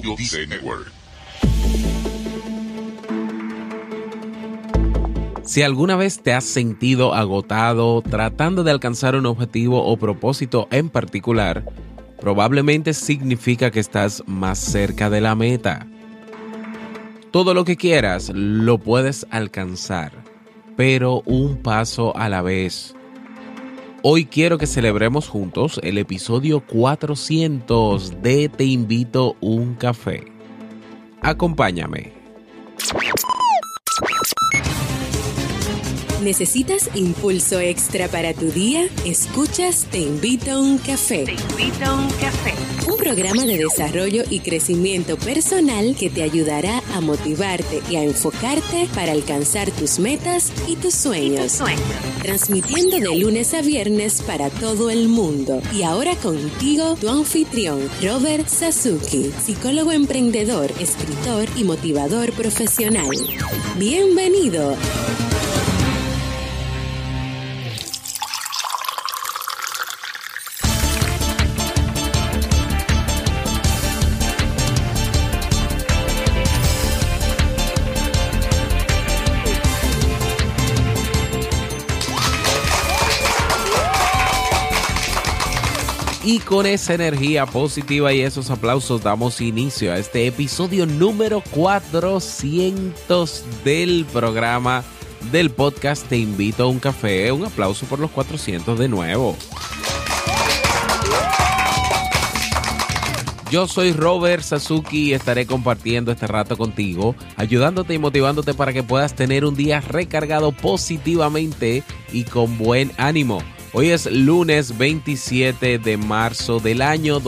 Audio Dice Network. Si alguna vez te has sentido agotado tratando de alcanzar un objetivo o propósito en particular, probablemente significa que estás más cerca de la meta. Todo lo que quieras lo puedes alcanzar, pero un paso a la vez. Hoy quiero que celebremos juntos el episodio 400 de Te Invito un Café. Acompáñame. ¿Necesitas impulso extra para tu día? Escuchas Te Invito a un Café. Te Invito a un Café. Un programa de desarrollo y crecimiento personal que te ayudará a motivarte y a enfocarte para alcanzar tus metas y tus sueños. Transmitiendo de lunes a viernes para todo el mundo. Y ahora contigo, tu anfitrión, Robert Sasuki, psicólogo emprendedor, escritor y motivador profesional. ¡Bienvenido! Y con esa energía positiva y esos aplausos damos inicio a este episodio número 400 del programa del podcast Te Invito a un Café. Un aplauso por los 400 de nuevo. Yo soy Robert Sasuki y estaré compartiendo este rato contigo, ayudándote y motivándote para que puedas tener un día recargado positivamente y con buen ánimo. Hoy es lunes 27 de marzo del año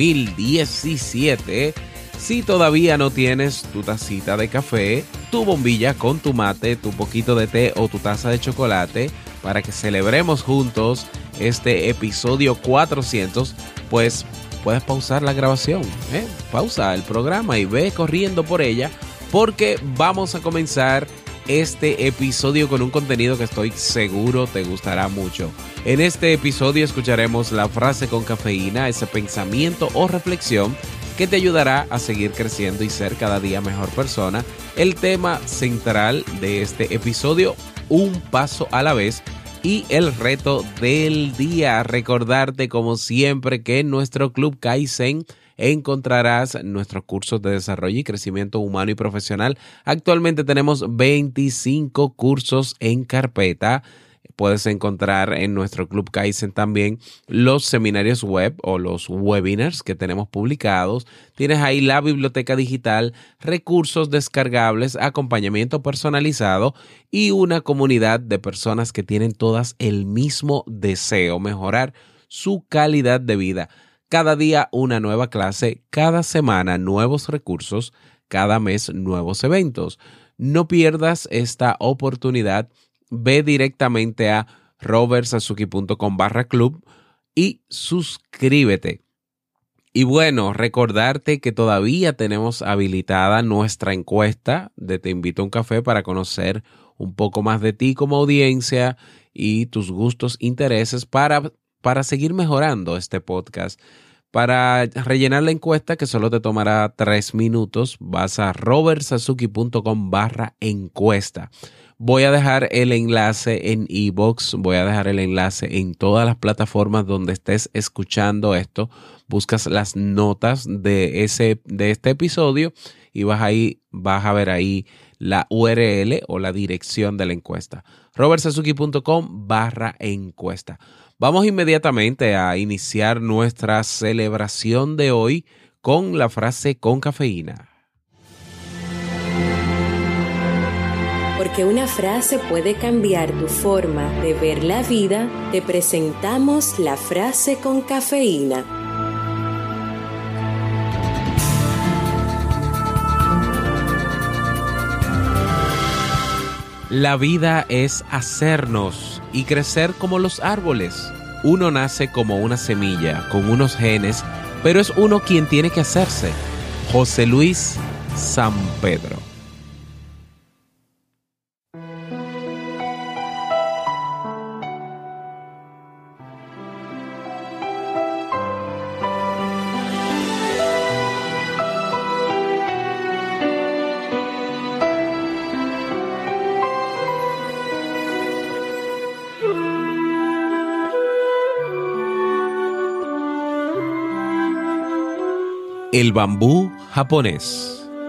2017. Si todavía no tienes tu tacita de café, tu bombilla con tu mate, tu poquito de té o tu taza de chocolate, para que celebremos juntos este episodio 400, pues puedes pausar la grabación, pausa el programa y ve corriendo por ella, porque vamos a comenzar este episodio con un contenido que estoy seguro te gustará mucho. En este episodio escucharemos la frase con cafeína, ese pensamiento o reflexión que te ayudará a seguir creciendo y ser cada día mejor persona. El tema central de este episodio, un paso a la vez, y el reto del día. Recordarte como siempre que en nuestro Club Kaizen encontrarás nuestros cursos de desarrollo y crecimiento humano y profesional. Actualmente tenemos 25 cursos en carpeta. Puedes encontrar en nuestro Club Kaizen también los seminarios web o los webinars que tenemos publicados. Tienes ahí la biblioteca digital, recursos descargables, acompañamiento personalizado y una comunidad de personas que tienen todas el mismo deseo: mejorar su calidad de vida. Cada día una nueva clase, cada semana nuevos recursos, cada mes nuevos eventos. No pierdas esta oportunidad. Ve directamente a robertsazuki.com/club y suscríbete. Y bueno, recordarte que todavía tenemos habilitada nuestra encuesta de Te Invito a un Café para conocer un poco más de ti como audiencia y tus gustos, intereses para seguir mejorando este podcast. Para rellenar la encuesta, que solo te tomará 3 minutos, vas a robertsazuki.com/encuesta. Voy a dejar el enlace en iVoox, voy a dejar el enlace en todas las plataformas donde estés escuchando esto. Buscas las notas de este episodio y vas a ver ahí la URL o la dirección de la encuesta. robertsazuki.com/encuesta. Vamos inmediatamente a iniciar nuestra celebración de hoy con la frase con cafeína. Porque una frase puede cambiar tu forma de ver la vida, te presentamos la frase con cafeína. La vida es hacernos y crecer como los árboles. Uno nace como una semilla, con unos genes, pero es uno quien tiene que hacerse. José Luis San Pedro. El bambú japonés.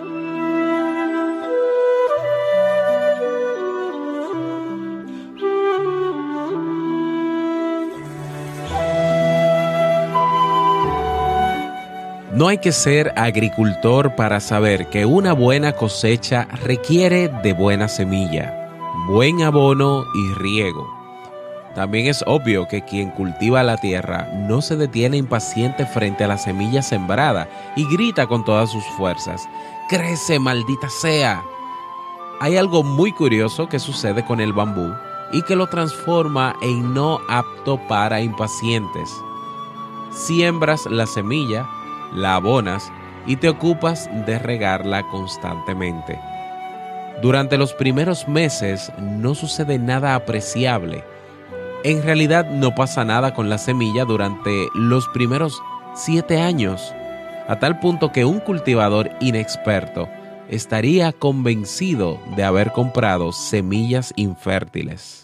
No hay que ser agricultor para saber que una buena cosecha requiere de buena semilla, buen abono y riego. También es obvio que quien cultiva la tierra no se detiene impaciente frente a la semilla sembrada y grita con todas sus fuerzas: ¡crece, maldita sea! Hay algo muy curioso que sucede con el bambú y que lo transforma en no apto para impacientes. Siembras la semilla, la abonas y te ocupas de regarla constantemente. Durante los primeros meses no sucede nada apreciable. En realidad no pasa nada con la semilla durante los primeros 7 años, a tal punto que un cultivador inexperto estaría convencido de haber comprado semillas infértiles.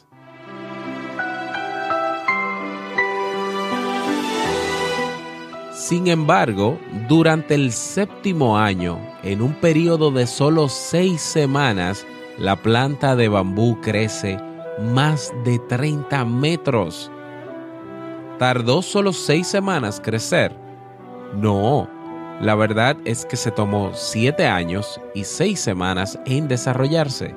Sin embargo, durante el 7º año, en un periodo de solo 6 semanas, la planta de bambú crece más de 30 metros. ¿Tardó solo 6 semanas crecer? No, la verdad es que se tomó 7 años y 6 semanas en desarrollarse.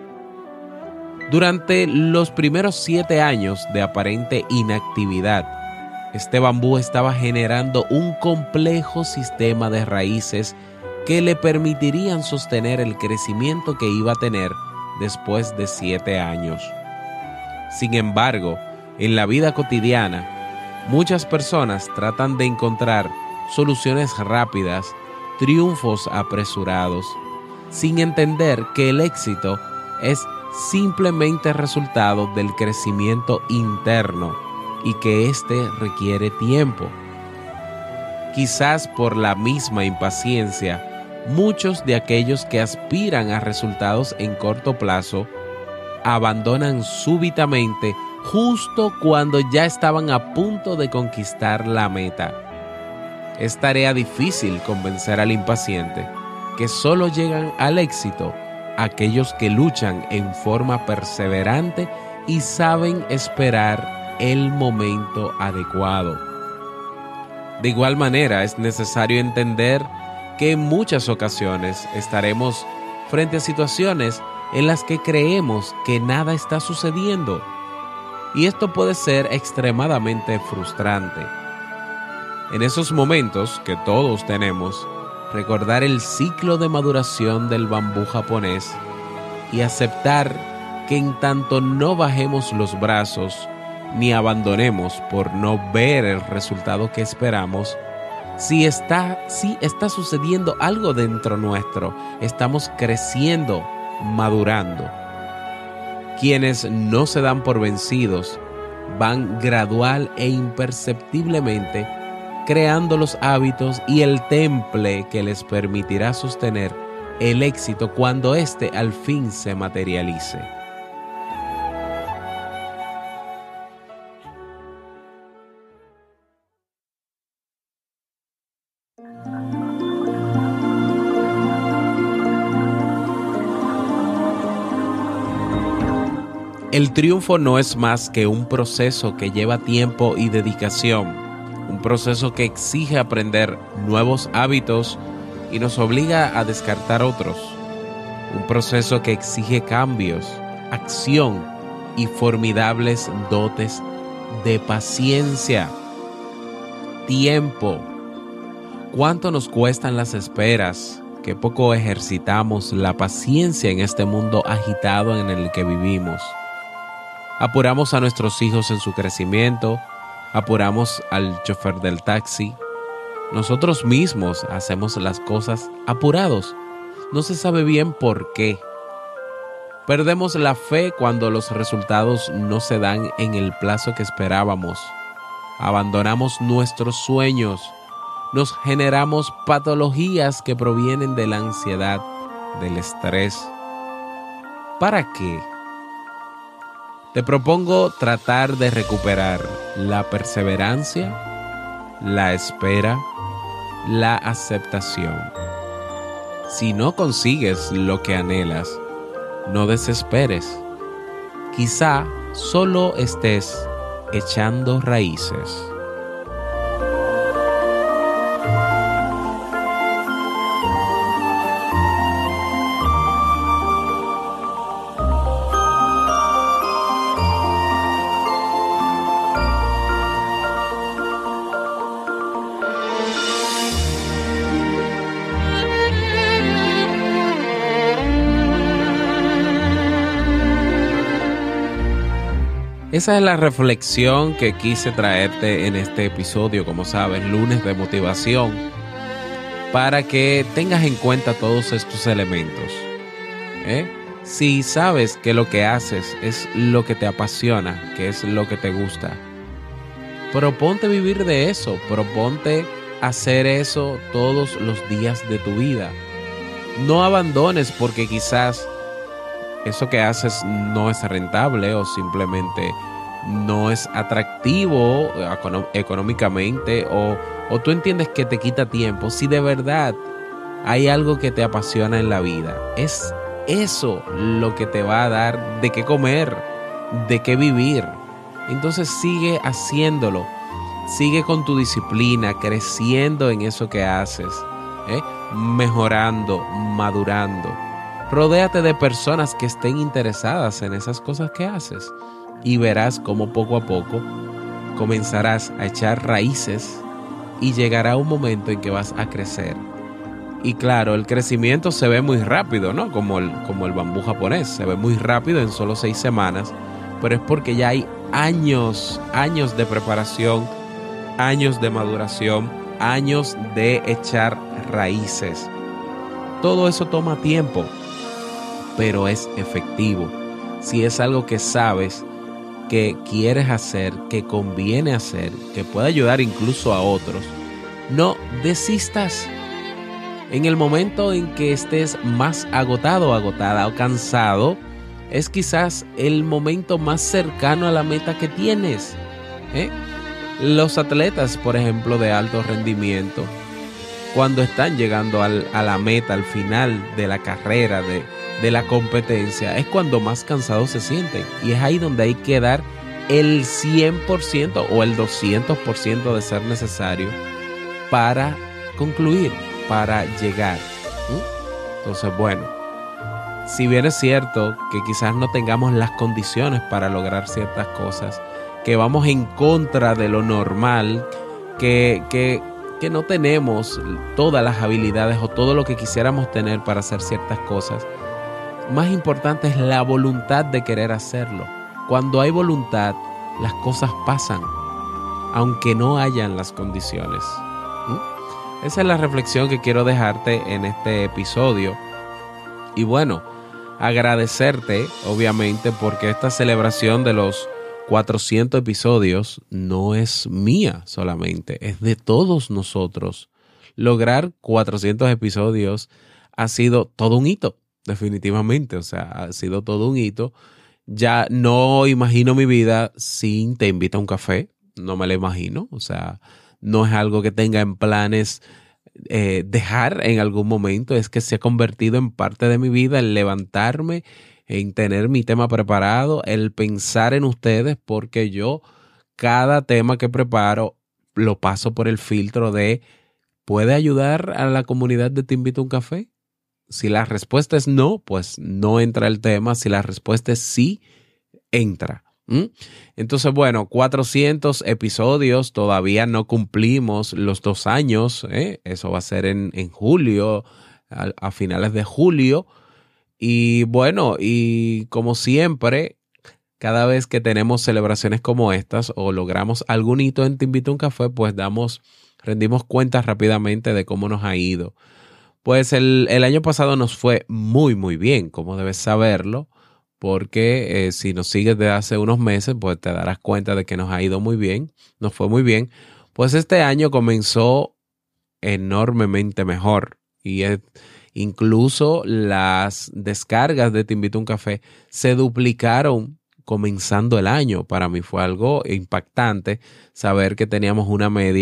Durante los primeros 7 años de aparente inactividad, este bambú estaba generando un complejo sistema de raíces que le permitirían sostener el crecimiento que iba a tener después de 7 años. Sin embargo, en la vida cotidiana, muchas personas tratan de encontrar soluciones rápidas, triunfos apresurados, sin entender que el éxito es simplemente resultado del crecimiento interno y que éste requiere tiempo. Quizás por la misma impaciencia, muchos de aquellos que aspiran a resultados en corto plazo abandonan súbitamente justo cuando ya estaban a punto de conquistar la meta. Es tarea difícil convencer al impaciente que solo llegan al éxito aquellos que luchan en forma perseverante y saben esperar el momento adecuado. De igual manera, es necesario entender que en muchas ocasiones estaremos frente a situaciones en las que creemos que nada está sucediendo, y esto puede ser extremadamente frustrante. En esos momentos que todos tenemos, recordar el ciclo de maduración del bambú japonés y aceptar que en tanto no bajemos los brazos ni abandonemos por no ver el resultado que esperamos, si está sucediendo algo dentro nuestro, estamos creciendo, madurando. Quienes no se dan por vencidos van gradual e imperceptiblemente creando los hábitos y el temple que les permitirá sostener el éxito cuando éste al fin se materialice. El triunfo no es más que un proceso que lleva tiempo y dedicación, un proceso que exige aprender nuevos hábitos y nos obliga a descartar otros, un proceso que exige cambios, acción y formidables dotes de paciencia, tiempo. ¿Cuánto nos cuestan las esperas? Qué poco ejercitamos la paciencia en este mundo agitado en el que vivimos. Apuramos a nuestros hijos en su crecimiento, apuramos al chofer del taxi. Nosotros mismos hacemos las cosas apurados. No se sabe bien por qué. Perdemos la fe cuando los resultados no se dan en el plazo que esperábamos. Abandonamos nuestros sueños. Nos generamos patologías que provienen de la ansiedad, del estrés. ¿Para qué? Te propongo tratar de recuperar la perseverancia, la espera, la aceptación. Si no consigues lo que anhelas, no desesperes. Quizá solo estés echando raíces. Esa es la reflexión que quise traerte en este episodio, como sabes, lunes de motivación, para que tengas en cuenta todos estos elementos. Si sabes que lo que haces es lo que te apasiona, que es lo que te gusta, proponte vivir de eso, proponte hacer eso todos los días de tu vida. No abandones porque quizás eso que haces no es rentable o simplemente no es atractivo económicamente o tú entiendes que te quita tiempo. Si de verdad hay algo que te apasiona en la vida, es eso lo que te va a dar de qué comer, de qué vivir. Entonces sigue haciéndolo, sigue con tu disciplina, creciendo en eso que haces, mejorando, madurando. Rodéate de personas que estén interesadas en esas cosas que haces y verás cómo poco a poco comenzarás a echar raíces y llegará un momento en que vas a crecer. Y claro, el crecimiento se ve muy rápido, ¿no? Como el bambú japonés, se ve muy rápido en solo 6 semanas, pero es porque ya hay años de preparación, años de maduración, años de echar raíces. Todo eso toma tiempo, pero es efectivo. Si es algo que sabes que quieres hacer, que conviene hacer, que puede ayudar incluso a otros, no desistas. En el momento en que estés más agotado, agotada o cansado, es quizás el momento más cercano a la meta que tienes. Los atletas, por ejemplo, de alto rendimiento, cuando están llegando a la meta, al final de la carrera, de la competencia, es cuando más cansados se sienten. Y es ahí donde hay que dar el 100% o el 200% de ser necesario para concluir, para llegar. Entonces, bueno, si bien es cierto que quizás no tengamos las condiciones para lograr ciertas cosas, que vamos en contra de lo normal, que no tenemos todas las habilidades o todo lo que quisiéramos tener para hacer ciertas cosas, más importante es la voluntad de querer hacerlo. Cuando hay voluntad, las cosas pasan, aunque no hayan las condiciones. Esa es la reflexión que quiero dejarte en este episodio. Y bueno, agradecerte, obviamente, porque esta celebración de los 400 episodios no es mía solamente, es de todos nosotros. Lograr 400 episodios ha sido todo un hito. Definitivamente, o sea, ha sido todo un hito. Ya no imagino mi vida sin Te Invito a un Café, no me la imagino, o sea, no es algo que tenga en planes dejar en algún momento, es que se ha convertido en parte de mi vida, el levantarme, en tener mi tema preparado, el pensar en ustedes, porque yo cada tema que preparo lo paso por el filtro de ¿puede ayudar a la comunidad de Te Invito a un Café? Si la respuesta es no, pues no entra el tema. Si la respuesta es sí, entra. Entonces, bueno, 400 episodios, todavía no cumplimos los 2 años. Eso va a ser en julio, a finales de julio. Y bueno, y como siempre, cada vez que tenemos celebraciones como estas o logramos algún hito en Te Invito a un Café, pues rendimos cuentas rápidamente de cómo nos ha ido. Pues el año pasado nos fue muy, muy bien, como debes saberlo, porque si nos sigues desde hace unos meses, pues te darás cuenta de que nos ha ido muy bien, nos fue muy bien. Pues este año comenzó enormemente mejor y incluso las descargas de Te Invito a un Café se duplicaron comenzando el año. Para mí fue algo impactante saber que teníamos una media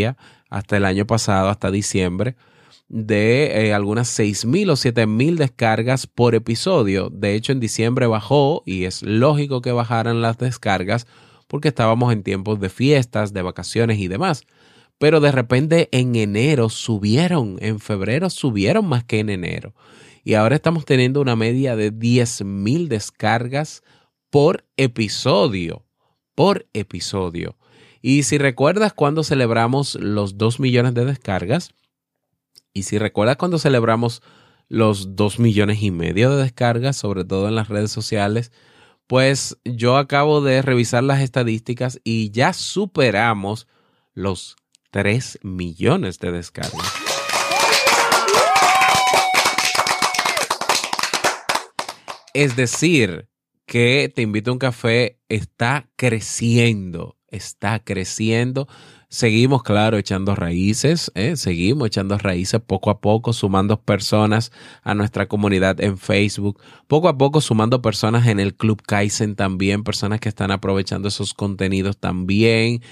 hasta el año pasado, hasta diciembre, de algunas 6,000 o 7,000 descargas por episodio. De hecho, en diciembre bajó y es lógico que bajaran las descargas porque estábamos en tiempos de fiestas, de vacaciones y demás. Pero de repente en enero subieron, en febrero subieron más que en enero. Y ahora estamos teniendo una media de 10,000 descargas por episodio. Por episodio. Y si recuerdas cuando celebramos los 2 millones de descargas, y si recuerdas cuando celebramos los 2,5 millones de descargas, sobre todo en las redes sociales, pues yo acabo de revisar las estadísticas y ya superamos los 3 millones de descargas. Es decir, que Te Invito a un Café está creciendo. Seguimos, claro, echando raíces, seguimos echando raíces poco a poco, sumando personas a nuestra comunidad en Facebook, poco a poco sumando personas en el Club Kaizen también, personas que están aprovechando esos contenidos también.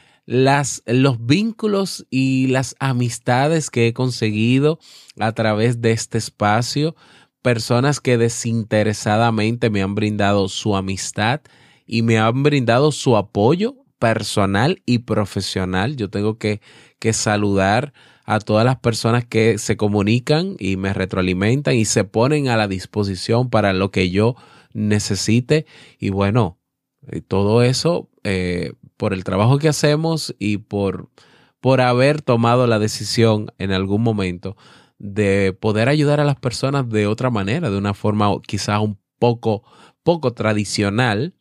Los vínculos y las amistades que he conseguido a través de este espacio, personas que desinteresadamente me han brindado su amistad y me han brindado su apoyo personal y profesional. Yo tengo que saludar a todas las personas que se comunican y me retroalimentan y se ponen a la disposición para lo que yo necesite. Y bueno, todo eso por el trabajo que hacemos y por haber tomado la decisión en algún momento de poder ayudar a las personas de otra manera, de una forma quizás un poco tradicional,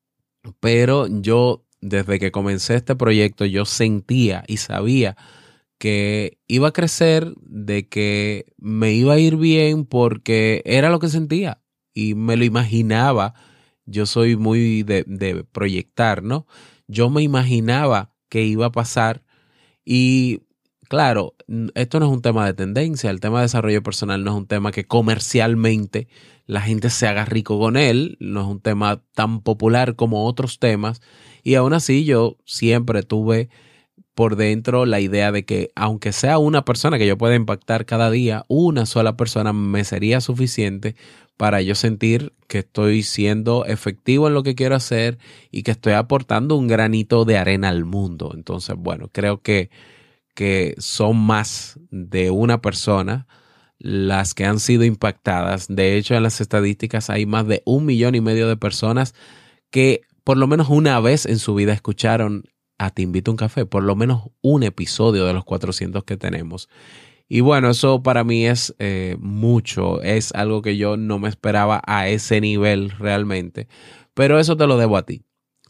pero yo desde que comencé este proyecto yo sentía y sabía que iba a crecer, de que me iba a ir bien porque era lo que sentía y me lo imaginaba. Yo soy muy de proyectar, ¿no? Yo me imaginaba que iba a pasar y claro, esto no es un tema de tendencia, el tema de desarrollo personal no es un tema que comercialmente la gente se haga rico con él, no es un tema tan popular como otros temas y aún así yo siempre tuve por dentro la idea de que aunque sea una persona que yo pueda impactar cada día, una sola persona me sería suficiente para yo sentir que estoy siendo efectivo en lo que quiero hacer y que estoy aportando un granito de arena al mundo. Entonces, bueno, creo que son más de una persona las que han sido impactadas. De hecho, en las estadísticas hay más de 1,5 millones de personas que por lo menos una vez en su vida escucharon a Te Invito a un Café, por lo menos un episodio de los 400 que tenemos. Y bueno, eso para mí es mucho, es algo que yo no me esperaba a ese nivel realmente, pero eso te lo debo a ti,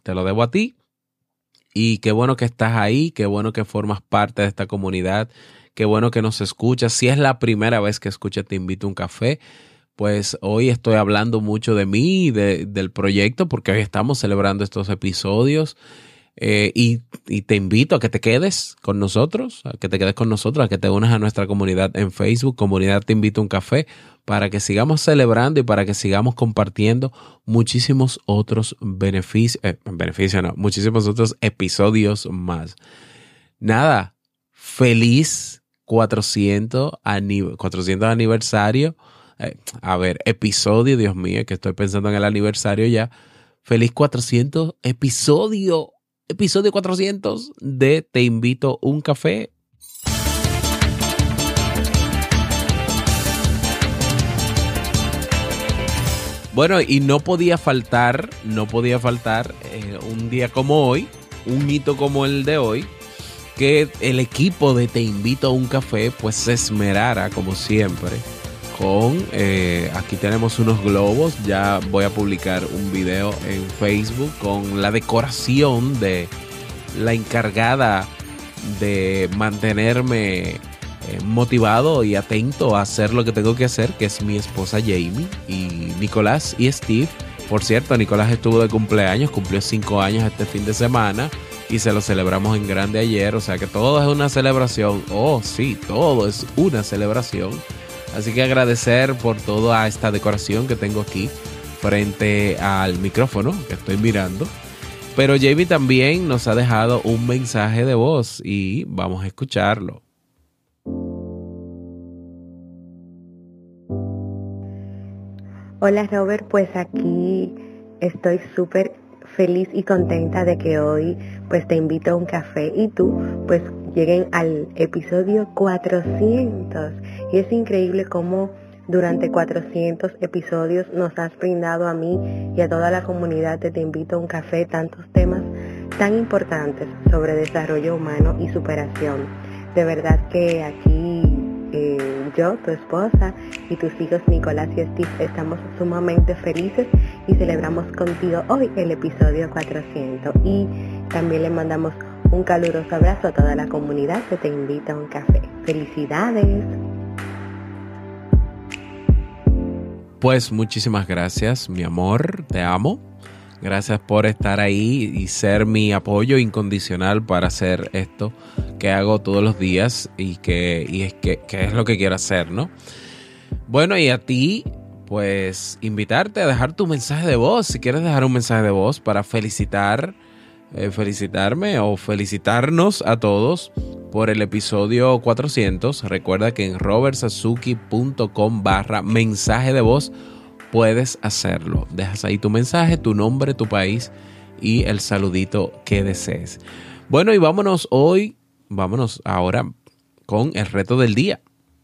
y qué bueno que estás ahí, qué bueno que formas parte de esta comunidad, qué bueno que nos escuchas. Si es la primera vez que escuchas Te Invito a un Café, pues hoy estoy hablando mucho de mí y del proyecto porque hoy estamos celebrando estos episodios. Y te invito a que te quedes con nosotros, a que te unas a nuestra comunidad en Facebook, Comunidad Te Invito a un Café, para que sigamos celebrando y para que sigamos compartiendo muchísimos otros muchísimos otros episodios más. Nada, feliz 400 aniversario. Episodio, Dios mío, que estoy pensando en el aniversario ya. Feliz 400 episodio 400 de Te Invito a un Café. Bueno, y no podía faltar un día como hoy, un hito como el de hoy, que el equipo de Te Invito a un Café pues se esmerara como siempre con, aquí tenemos unos globos, ya voy a publicar un video en Facebook con la decoración de la encargada de mantenerme motivado y atento a hacer lo que tengo que hacer, que es mi esposa Jamie y Nicolás y Steve. Por cierto, Nicolás estuvo de cumpleaños, cumplió 5 años este fin de semana y se lo celebramos en grande ayer, o sea que todo es una celebración. Oh, sí, todo es una celebración. Así que agradecer por toda esta decoración que tengo aquí frente al micrófono que estoy mirando. Pero Jamie también nos ha dejado un mensaje de voz y vamos a escucharlo. Hola Robert, pues aquí estoy súper feliz y contenta de que hoy pues te invito a un café y tú pues lleguen al episodio 400 y es increíble cómo durante 400 episodios nos has brindado a mí y a toda la comunidad de Te Invito a un Café tantos temas tan importantes sobre desarrollo humano y superación. De verdad que aquí yo, tu esposa y tus hijos Nicolás y Steve estamos sumamente felices y celebramos contigo hoy el episodio 400 y también le mandamos un caluroso abrazo a toda la comunidad que Te Invita a un Café. ¡Felicidades! Pues muchísimas gracias, mi amor, te amo. Gracias por estar ahí y ser mi apoyo incondicional para hacer esto que hago todos los días y que es lo que quiero hacer, ¿no? Bueno, y a ti, pues invitarte a dejar tu mensaje de voz. Si quieres dejar un mensaje de voz para felicitarme o felicitarnos a todos por el episodio 400. Recuerda que en robertsazuki.com/mensaje de voz puedes hacerlo. Dejas ahí tu mensaje, tu nombre, tu país y el saludito que desees. Bueno, y vámonos ahora con el reto del día.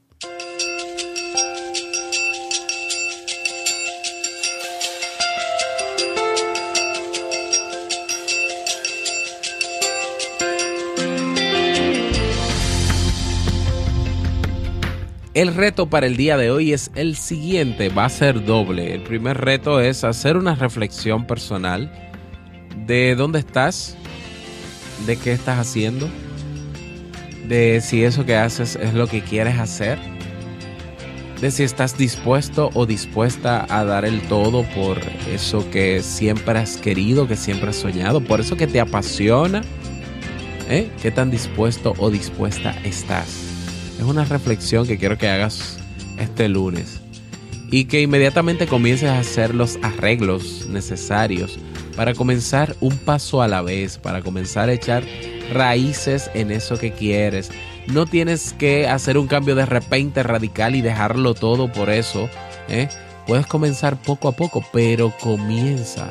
El reto para el día de hoy es el siguiente, va a ser doble. El primer reto es hacer una reflexión personal de dónde estás, de qué estás haciendo, de si eso que haces es lo que quieres hacer, de si estás dispuesto o dispuesta a dar el todo por eso que siempre has querido, que siempre has soñado, por eso que te apasiona, ¿qué tan dispuesto o dispuesta estás? Es una reflexión que quiero que hagas este lunes y que inmediatamente comiences a hacer los arreglos necesarios para comenzar un paso a la vez, para comenzar a echar raíces en eso que quieres. No tienes que hacer un cambio de repente radical y dejarlo todo por eso. Puedes comenzar poco a poco, pero comienza.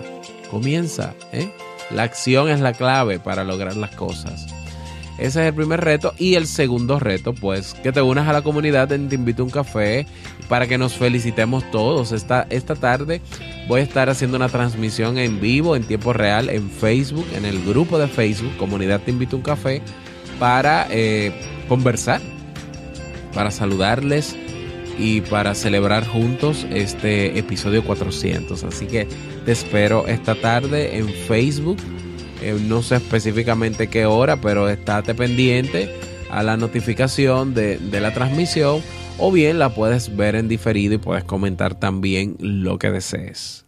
La acción es la clave para lograr las cosas. Ese es el primer reto. Y el segundo reto, pues, que te unas a la comunidad en Te Invito a un Café para que nos felicitemos todos. Esta tarde voy a estar haciendo una transmisión en vivo, en tiempo real, en Facebook, en el grupo de Facebook, Comunidad Te Invito a un Café, para conversar, para saludarles y para celebrar juntos este episodio 400. Así que te espero esta tarde en Facebook. No sé específicamente qué hora, pero estate pendiente a la notificación de la transmisión, o bien la puedes ver en diferido y puedes comentar también lo que desees.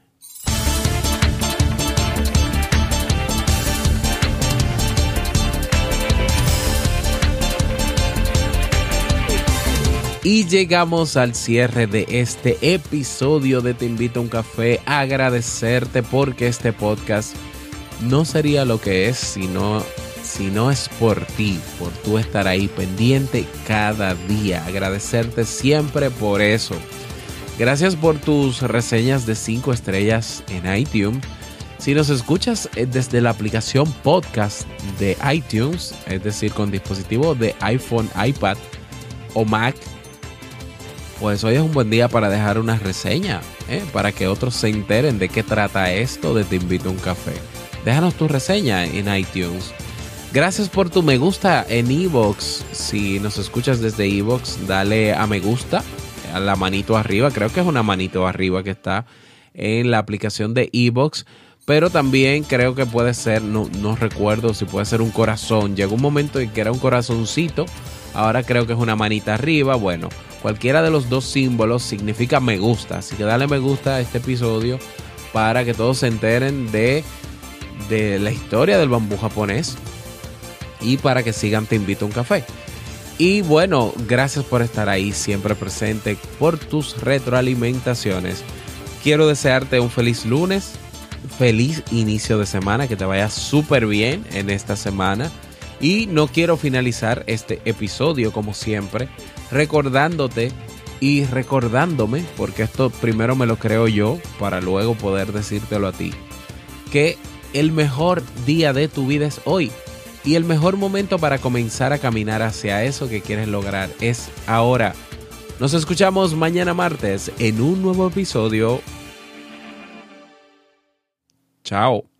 Y llegamos al cierre de este episodio de Te Invito a un Café. Agradecerte porque este podcast no sería lo que es si no es por ti, por tú estar ahí pendiente cada día. Agradecerte siempre por eso. Gracias por tus reseñas de 5 estrellas en iTunes. Si nos escuchas desde la aplicación podcast de iTunes, es decir, con dispositivo de iPhone, iPad o Mac, pues hoy es un buen día para dejar una reseña, para que otros se enteren de qué trata esto de Te Invito a un Café. Déjanos tu reseña en iTunes. Gracias por tu me gusta en iVoox. Si nos escuchas desde iVoox, dale a me gusta, a la manito arriba. Creo que es una manito arriba que está en la aplicación de iVoox. Pero también creo que puede ser, no recuerdo si puede ser un corazón. Llegó un momento en que era un corazoncito. Ahora creo que es una manita arriba. Bueno, cualquiera de los dos símbolos significa me gusta. Así que dale me gusta a este episodio para que todos se enteren de la historia del bambú japonés y para que sigan Te Invito a un Café. Y bueno, gracias por estar ahí siempre presente, por tus retroalimentaciones. Quiero desearte un feliz lunes, feliz inicio de semana, que te vaya súper bien en esta semana. Y no quiero finalizar este episodio, como siempre, recordándote y recordándome, porque esto primero me lo creo yo para luego poder decírtelo a ti, que el mejor día de tu vida es hoy. Y el mejor momento para comenzar a caminar hacia eso que quieres lograr es ahora. Nos escuchamos mañana martes en un nuevo episodio. Chao.